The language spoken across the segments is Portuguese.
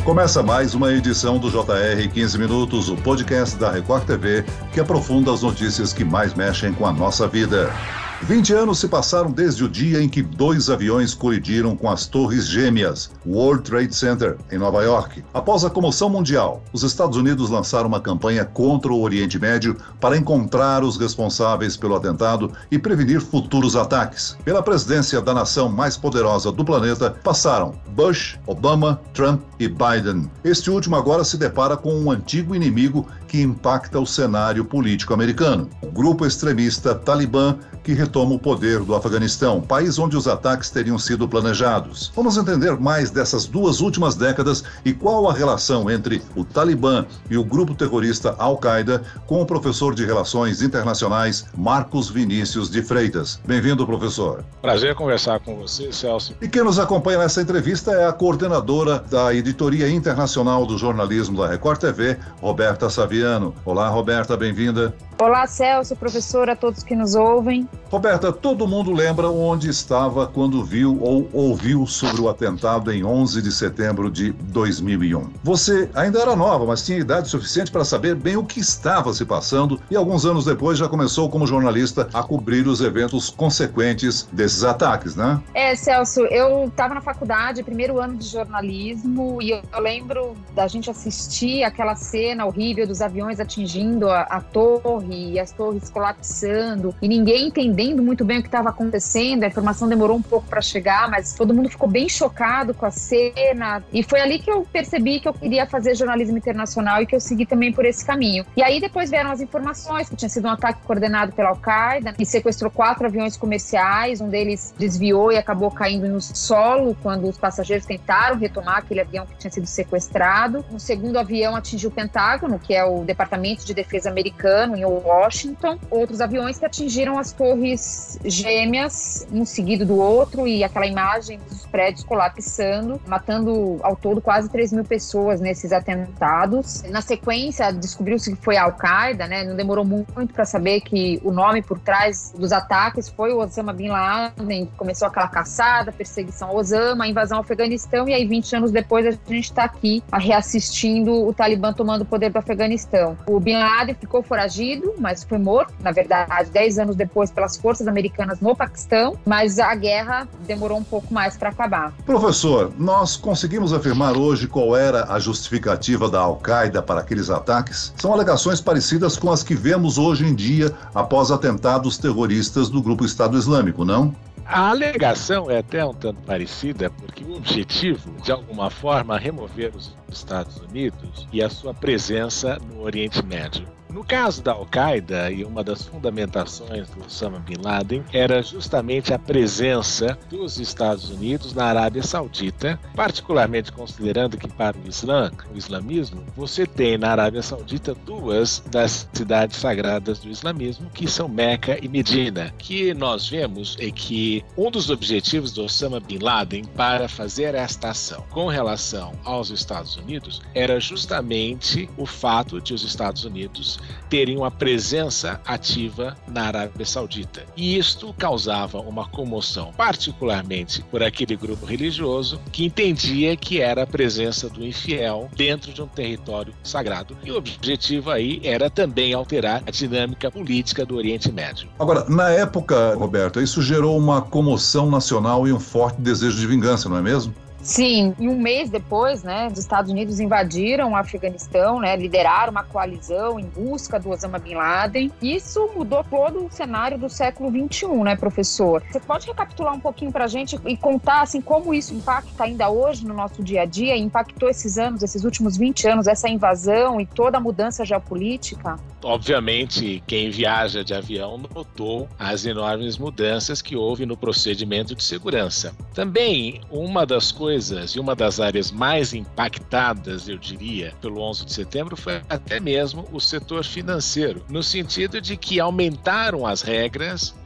Começa mais uma edição do JR 15 Minutos, o podcast da Record TV, que aprofunda as notícias que mais mexem com a nossa vida. 20 anos se passaram desde o dia em que 2 aviões colidiram com as Torres Gêmeas, World Trade Center, em Nova York. Após a comoção mundial, os Estados Unidos lançaram uma campanha contra o Oriente Médio para encontrar os responsáveis pelo atentado e prevenir futuros ataques. Pela presidência da nação mais poderosa do planeta, passaram Bush, Obama, Trump e Biden. Este último agora se depara com um antigo inimigo que impacta o cenário político americano. O grupo extremista Talibã, que retoma o poder do Afeganistão, país onde os ataques teriam sido planejados. Vamos entender mais dessas 2 últimas décadas e qual a relação entre o Talibã e o grupo terrorista Al-Qaeda com o professor de Relações Internacionais Marcos Vinícius de Freitas. Bem-vindo, professor. Prazer conversar com você, Celso. E quem nos acompanha nessa entrevista é a coordenadora da Editoria Internacional do Jornalismo da Record TV, Roberta Saviano. Olá, Roberta, bem-vinda. Olá, Celso, professor, a todos que nos ouvem. Roberta, todo mundo lembra onde estava quando viu ou ouviu sobre o atentado em 11 de setembro de 2001. Você ainda era nova, mas tinha idade suficiente para saber bem o que estava se passando e alguns anos depois já começou como jornalista a cobrir os eventos consequentes desses ataques, né? Celso, eu estava na faculdade, primeiro ano de jornalismo, e eu lembro da gente assistir aquela cena horrível dos aviões atingindo a torre e as torres colapsando e ninguém entendendo muito bem o que estava acontecendo. A informação demorou um pouco para chegar, mas todo mundo ficou bem chocado com a cena, e foi ali que eu percebi que eu queria fazer jornalismo internacional e que eu segui também por esse caminho. E aí depois vieram as informações que tinha sido um ataque coordenado pela Al-Qaeda e sequestrou 4 aviões comerciais, um deles desviou e acabou caindo no solo quando os passageiros tentaram retomar aquele avião que tinha sido sequestrado. Um segundo avião atingiu o Pentágono, que é o Departamento de Defesa americano, em Washington. Outros aviões que atingiram as Torres Gêmeas, um seguido do outro, e aquela imagem dos prédios colapsando, matando ao todo quase 3.000 pessoas nesses atentados. Na sequência, descobriu-se que foi a Al-Qaeda, né? Não demorou muito para saber que o nome por trás dos ataques foi o Osama Bin Laden. Começou aquela caçada, perseguição ao Osama, a invasão ao Afeganistão, e aí 20 anos depois a gente está aqui reassistindo o Talibã tomando o poder do Afeganistão. O Bin Laden ficou foragido, mas foi morto, na verdade, 10 anos depois pelas forças americanas no Paquistão, mas a guerra demorou um pouco mais para acabar. Professor, nós conseguimos afirmar hoje qual era a justificativa da Al-Qaeda para aqueles ataques? São alegações parecidas com as que vemos hoje em dia após atentados terroristas do grupo Estado Islâmico, não? A alegação é até um tanto parecida, porque o objetivo, de alguma forma, é remover os Estados Unidos e a sua presença no Oriente Médio. No caso da Al-Qaeda, e uma das fundamentações do Osama Bin Laden era justamente a presença dos Estados Unidos na Arábia Saudita, particularmente considerando que para o islamismo, você tem na Arábia Saudita 2 das cidades sagradas do islamismo, que são Meca e Medina. Que nós vemos é que um dos objetivos do Osama Bin Laden para fazer esta ação com relação aos Estados Unidos era justamente o fato de os Estados Unidos terem uma presença ativa na Arábia Saudita. E isto causava uma comoção, particularmente por aquele grupo religioso que entendia que era a presença do infiel dentro de um território sagrado. E o objetivo aí era também alterar a dinâmica política do Oriente Médio. Agora, na época, Roberto, isso gerou uma comoção nacional e um forte desejo de vingança, não é mesmo? Sim, e um mês depois, né, os Estados Unidos invadiram o Afeganistão, né, lideraram uma coalizão em busca do Osama Bin Laden. Isso mudou todo o cenário do século XXI, né, professor? Você pode recapitular um pouquinho para a gente e contar assim, como isso impacta ainda hoje no nosso dia a dia, impactou esses anos, esses últimos 20 anos, essa invasão e toda a mudança geopolítica? Obviamente, quem viaja de avião notou as enormes mudanças que houve no procedimento de segurança. Também, uma das coisas e uma das áreas mais impactadas, eu diria, pelo 11 de setembro foi até mesmo o setor financeiro, no sentido de que aumentaram as regras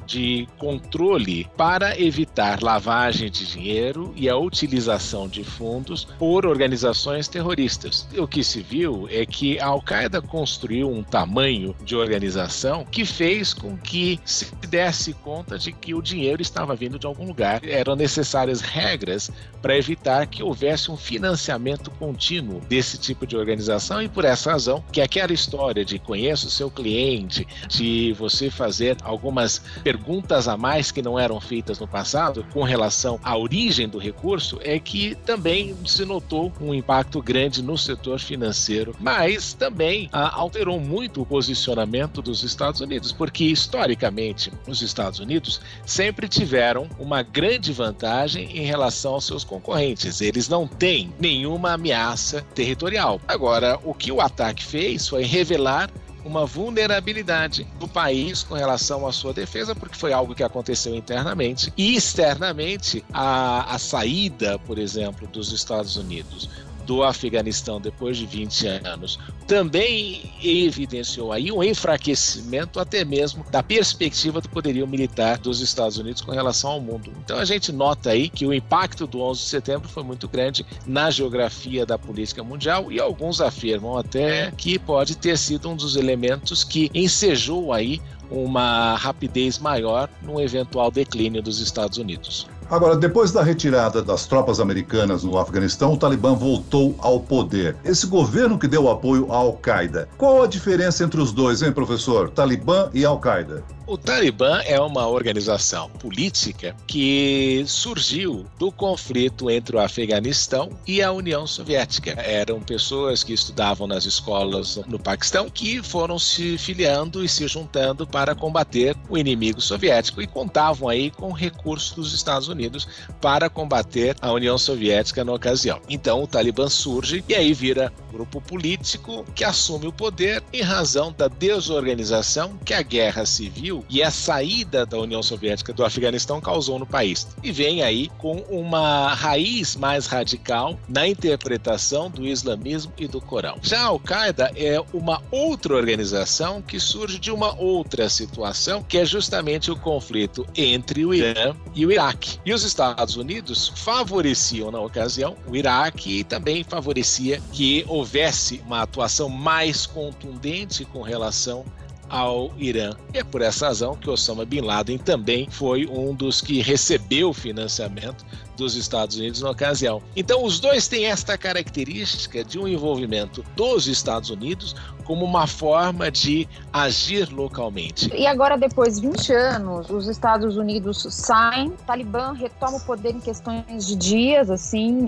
de controle para evitar lavagem de dinheiro e a utilização de fundos por organizações terroristas. O que se viu é que a Al-Qaeda construiu um tamanho de organização que fez com que se desse conta de que o dinheiro estava vindo de algum lugar. Eram necessárias regras para evitar que houvesse um financiamento contínuo desse tipo de organização, e por essa razão que aquela história de conheça o seu cliente, de você fazer algumas perguntas a mais que não eram feitas no passado com relação à origem do recurso, é que também se notou um impacto grande no setor financeiro, mas também alterou muito o posicionamento dos Estados Unidos, porque historicamente os Estados Unidos sempre tiveram uma grande vantagem em relação aos seus concorrentes. Eles não têm nenhuma ameaça territorial. Agora, o que o ataque fez foi revelar uma vulnerabilidade do país com relação à sua defesa, porque foi algo que aconteceu internamente, e externamente a saída, por exemplo, dos Estados Unidos do Afeganistão depois de 20 anos também evidenciou aí um enfraquecimento até mesmo da perspectiva do poderio militar dos Estados Unidos com relação ao mundo. Então a gente nota aí que o impacto do 11 de setembro foi muito grande na geografia da política mundial, e alguns afirmam até que pode ter sido um dos elementos que ensejou aí uma rapidez maior no eventual declínio dos Estados Unidos. Agora, depois da retirada das tropas americanas no Afeganistão, o Talibã voltou ao poder. Esse governo que deu apoio à Al-Qaeda, qual a diferença entre os dois, hein, professor? Talibã e Al-Qaeda. O Talibã é uma organização política que surgiu do conflito entre o Afeganistão e a União Soviética. Eram pessoas que estudavam nas escolas no Paquistão que foram se filiando e se juntando para combater o inimigo soviético e contavam aí com recursos dos Estados Unidos para combater a União Soviética na ocasião. Então o Talibã surge e aí vira grupo político que assume o poder em razão da desorganização que a guerra civil e a saída da União Soviética do Afeganistão causou no país. E vem aí com uma raiz mais radical na interpretação do islamismo e do Corão. Já a Al-Qaeda é uma outra organização que surge de uma outra situação, que é justamente o conflito entre o Irã e o Iraque. E os Estados Unidos favoreciam, na ocasião, o Iraque, e também favorecia que houvesse uma atuação mais contundente com relação ao Irã. E é por essa razão que Osama Bin Laden também foi um dos que recebeu financiamento dos Estados Unidos na ocasião. Então, os dois têm esta característica de um envolvimento dos Estados Unidos como uma forma de agir localmente. E agora, depois de 20 anos, os Estados Unidos saem, o Talibã retoma o poder em questões de dias, assim,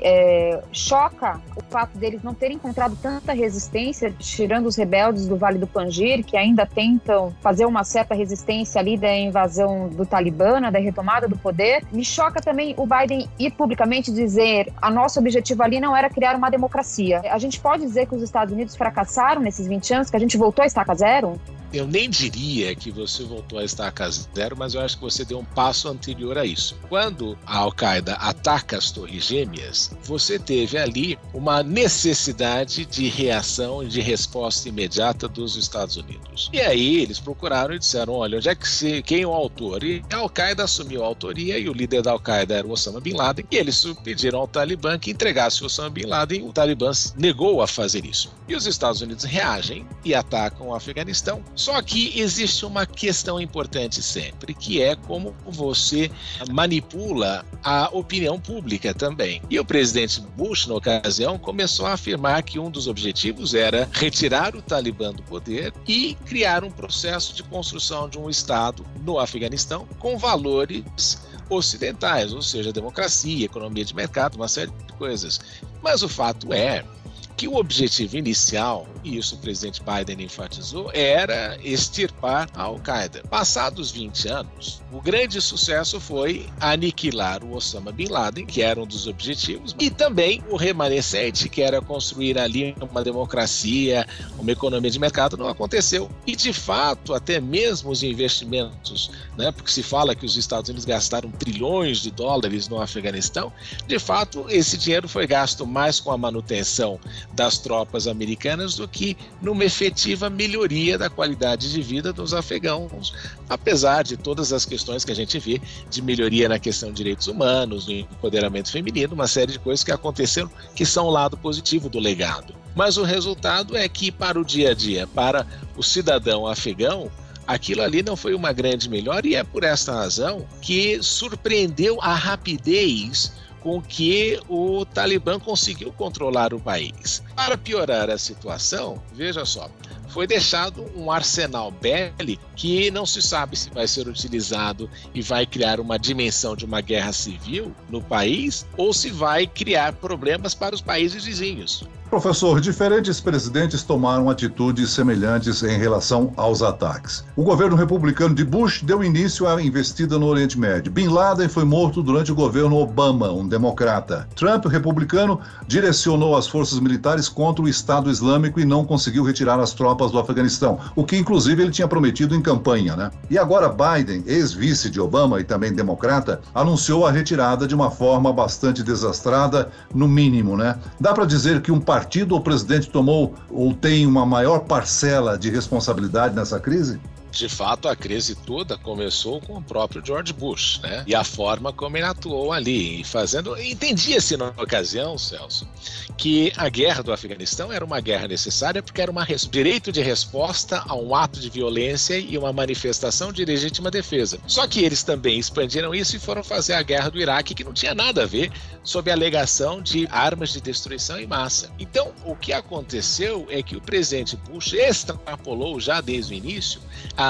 choca o fato deles não terem encontrado tanta resistência, tirando os rebeldes do Vale do Panjir, que ainda tentam fazer uma certa resistência ali da invasão do Talibã, da retomada do poder. Me choca também o Biden ir publicamente dizer a nosso objetivo ali não era criar uma democracia. A gente pode dizer que os Estados Unidos fracassaram nesses 20 anos, que a gente voltou a estaca zero? Eu nem diria que você voltou a estaca zero, mas eu acho que você deu um passo anterior a isso. Quando a Al-Qaeda ataca as Torres Gêmeas, você teve ali uma necessidade de reação e de resposta imediata dos Estados Unidos. E aí eles procuraram e disseram, olha, onde é que quem é o autor? E a Al-Qaeda assumiu a autoria e o líder da Al-Qaeda era o Osama Bin Laden, e eles pediram ao Talibã que entregasse o Osama Bin Laden. O Talibã negou a fazer isso. E os Estados Unidos reagem e atacam o Afeganistão. Só que existe uma questão importante sempre, que é como você manipula a opinião pública também. E o presidente Bush, na ocasião, começou a afirmar que um dos objetivos era retirar o Talibã do poder e criar um processo de construção de um Estado no Afeganistão com valores ocidentais, ou seja, democracia, economia de mercado, uma série de coisas. Mas o fato é que o objetivo inicial, e isso o presidente Biden enfatizou, era extirpar a Al-Qaeda. Passados 20 anos, o grande sucesso foi aniquilar o Osama Bin Laden, que era um dos objetivos, e também o remanescente, que era construir ali uma democracia, uma economia de mercado, não aconteceu. E, de fato, até mesmo os investimentos, porque se fala que os Estados Unidos gastaram trilhões de dólares no Afeganistão, de fato, esse dinheiro foi gasto mais com a manutenção das tropas americanas do que numa efetiva melhoria da qualidade de vida dos afegãos, apesar de todas as questões que a gente vê de melhoria na questão de direitos humanos, do empoderamento feminino, uma série de coisas que aconteceram que são o lado positivo do legado. Mas o resultado é que para o dia a dia, para o cidadão afegão, aquilo ali não foi uma grande melhora e é por esta razão que surpreendeu a rapidez com que o Talibã conseguiu controlar o país. Para piorar a situação, veja só, foi deixado um arsenal bélico que não se sabe se vai ser utilizado e vai criar uma dimensão de uma guerra civil no país ou se vai criar problemas para os países vizinhos. Professor, diferentes presidentes tomaram atitudes semelhantes em relação aos ataques. O governo republicano de Bush deu início à investida no Oriente Médio. Bin Laden foi morto durante o governo Obama, um democrata. Trump, republicano, direcionou as forças militares contra o Estado Islâmico e não conseguiu retirar as tropas do Afeganistão, o que inclusive ele tinha prometido em campanha, né? E agora Biden, ex-vice de Obama e também democrata, anunciou a retirada de uma forma bastante desastrada, no mínimo, né? Dá para dizer que um partido ou presidente tomou ou tem uma maior parcela de responsabilidade nessa crise? De fato, a crise toda começou com o próprio George Bush, né? E a forma como ele atuou ali, entendia-se na ocasião, Celso, que a guerra do Afeganistão era uma guerra necessária porque era um direito de resposta a um ato de violência e uma manifestação de legítima defesa. Só que eles também expandiram isso e foram fazer a guerra do Iraque, que não tinha nada a ver, sob a alegação de armas de destruição em massa. Então, o que aconteceu é que o presidente Bush extrapolou já desde o início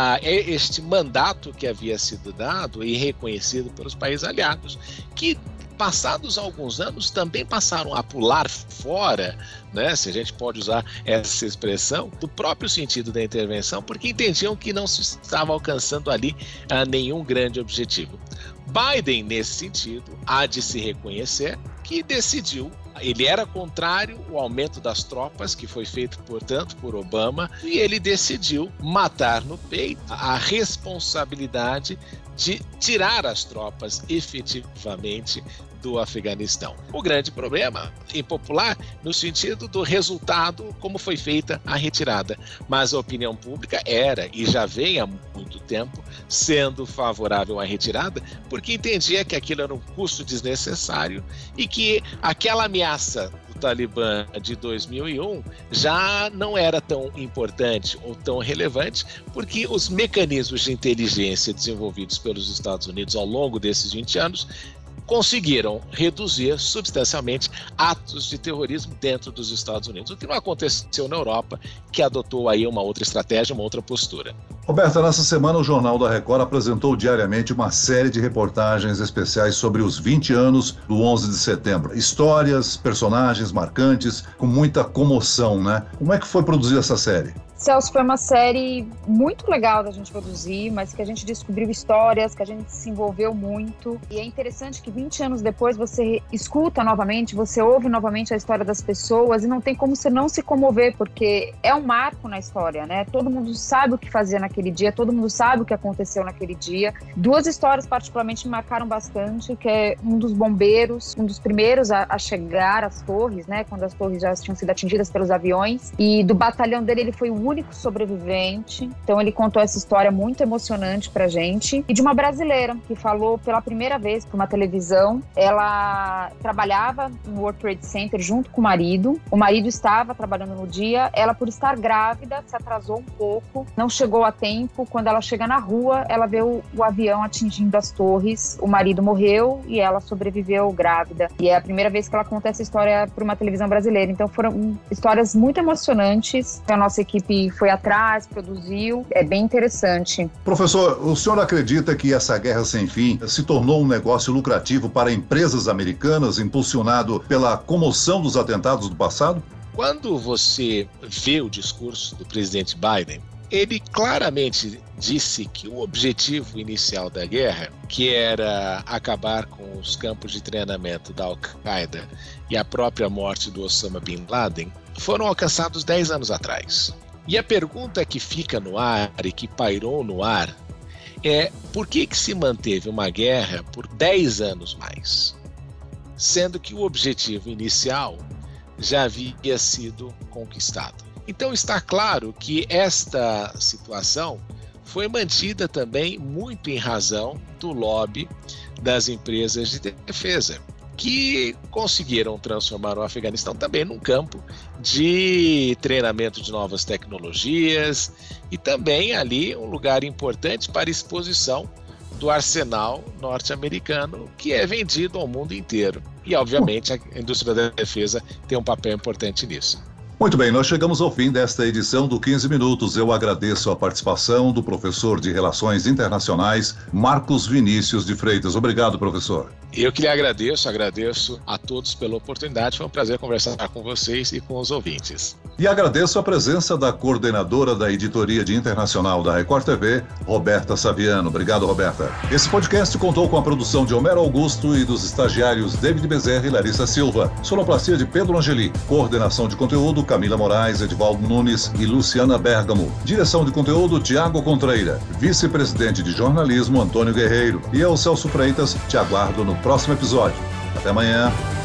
este mandato que havia sido dado e reconhecido pelos países aliados, que passados alguns anos também passaram a pular fora, né, se a gente pode usar essa expressão, do próprio sentido da intervenção, porque entendiam que não se estava alcançando ali nenhum grande objetivo. Biden, nesse sentido, há de se reconhecer que decidiu. Ele era contrário ao aumento das tropas, que foi feito, portanto, por Obama, e ele decidiu matar no peito a responsabilidade de tirar as tropas efetivamente do Afeganistão. O grande problema, impopular, no sentido do resultado, como foi feita a retirada. Mas a opinião pública era, e já vem há muito tempo, sendo favorável à retirada, porque entendia que aquilo era um custo desnecessário e que aquela ameaça do Talibã de 2001 já não era tão importante ou tão relevante, porque os mecanismos de inteligência desenvolvidos pelos Estados Unidos ao longo desses 20 anos conseguiram reduzir substancialmente atos de terrorismo dentro dos Estados Unidos, o que não aconteceu na Europa, que adotou aí uma outra estratégia, uma outra postura. Roberta, nessa semana o Jornal da Record apresentou diariamente uma série de reportagens especiais sobre os 20 anos do 11 de setembro. Histórias, personagens marcantes, com muita comoção, né? Como é que foi produzir essa série? Celso, foi uma série muito legal da gente produzir, mas que a gente descobriu histórias, que a gente se envolveu muito. E é interessante que 20 anos depois você escuta novamente, você ouve novamente a história das pessoas e não tem como você não se comover, porque é um marco na história, né? Todo mundo sabe o que fazia naquele dia, todo mundo sabe o que aconteceu naquele dia. Duas histórias particularmente me marcaram bastante, que é um dos bombeiros, um dos primeiros a chegar às torres, né? Quando as torres já tinham sido atingidas pelos aviões. E do batalhão dele, ele foi o único sobrevivente, então ele contou essa história muito emocionante pra gente, e de uma brasileira que falou pela primeira vez para uma televisão. Ela trabalhava no World Trade Center junto com o marido estava trabalhando no dia, ela, por estar grávida, se atrasou um pouco, não chegou a tempo. Quando ela chega na rua, ela vê o avião atingindo as torres, o marido morreu e ela sobreviveu grávida, e é a primeira vez que ela conta essa história para uma televisão brasileira. Então foram histórias muito emocionantes, a nossa equipe foi atrás, produziu, é bem interessante. Professor, o senhor acredita que essa guerra sem fim se tornou um negócio lucrativo para empresas americanas, impulsionado pela comoção dos atentados do passado? Quando você vê o discurso do presidente Biden, ele claramente disse que o objetivo inicial da guerra, que era acabar com os campos de treinamento da Al-Qaeda e a própria morte do Osama Bin Laden, foram alcançados 10 anos atrás. E a pergunta que fica no ar e que pairou no ar é: por que se manteve uma guerra por 10 anos mais? Sendo que o objetivo inicial já havia sido conquistado. Então está claro que esta situação foi mantida também muito em razão do lobby das empresas de defesa, que conseguiram transformar o Afeganistão também num campo de treinamento de novas tecnologias e também ali um lugar importante para exposição do arsenal norte-americano que é vendido ao mundo inteiro. E, obviamente, a indústria da defesa tem um papel importante nisso. Muito bem, nós chegamos ao fim desta edição do 15 Minutos. Eu agradeço a participação do professor de Relações Internacionais, Marcos Vinícius de Freitas. Obrigado, professor. Eu que lhe agradeço a todos pela oportunidade. Foi um prazer conversar com vocês e com os ouvintes. E agradeço a presença da coordenadora da Editoria de Internacional da Record TV, Roberta Saviano. Obrigado, Roberta. Esse podcast contou com a produção de Homero Augusto e dos estagiários David Bezerra e Larissa Silva. Sonoplastia de Pedro Angeli. Coordenação de conteúdo Camila Moraes, Edvaldo Nunes e Luciana Bergamo. Direção de conteúdo Tiago Contreira. Vice-presidente de jornalismo Antônio Guerreiro. E eu, Celso Freitas, te aguardo no próximo episódio. Até amanhã.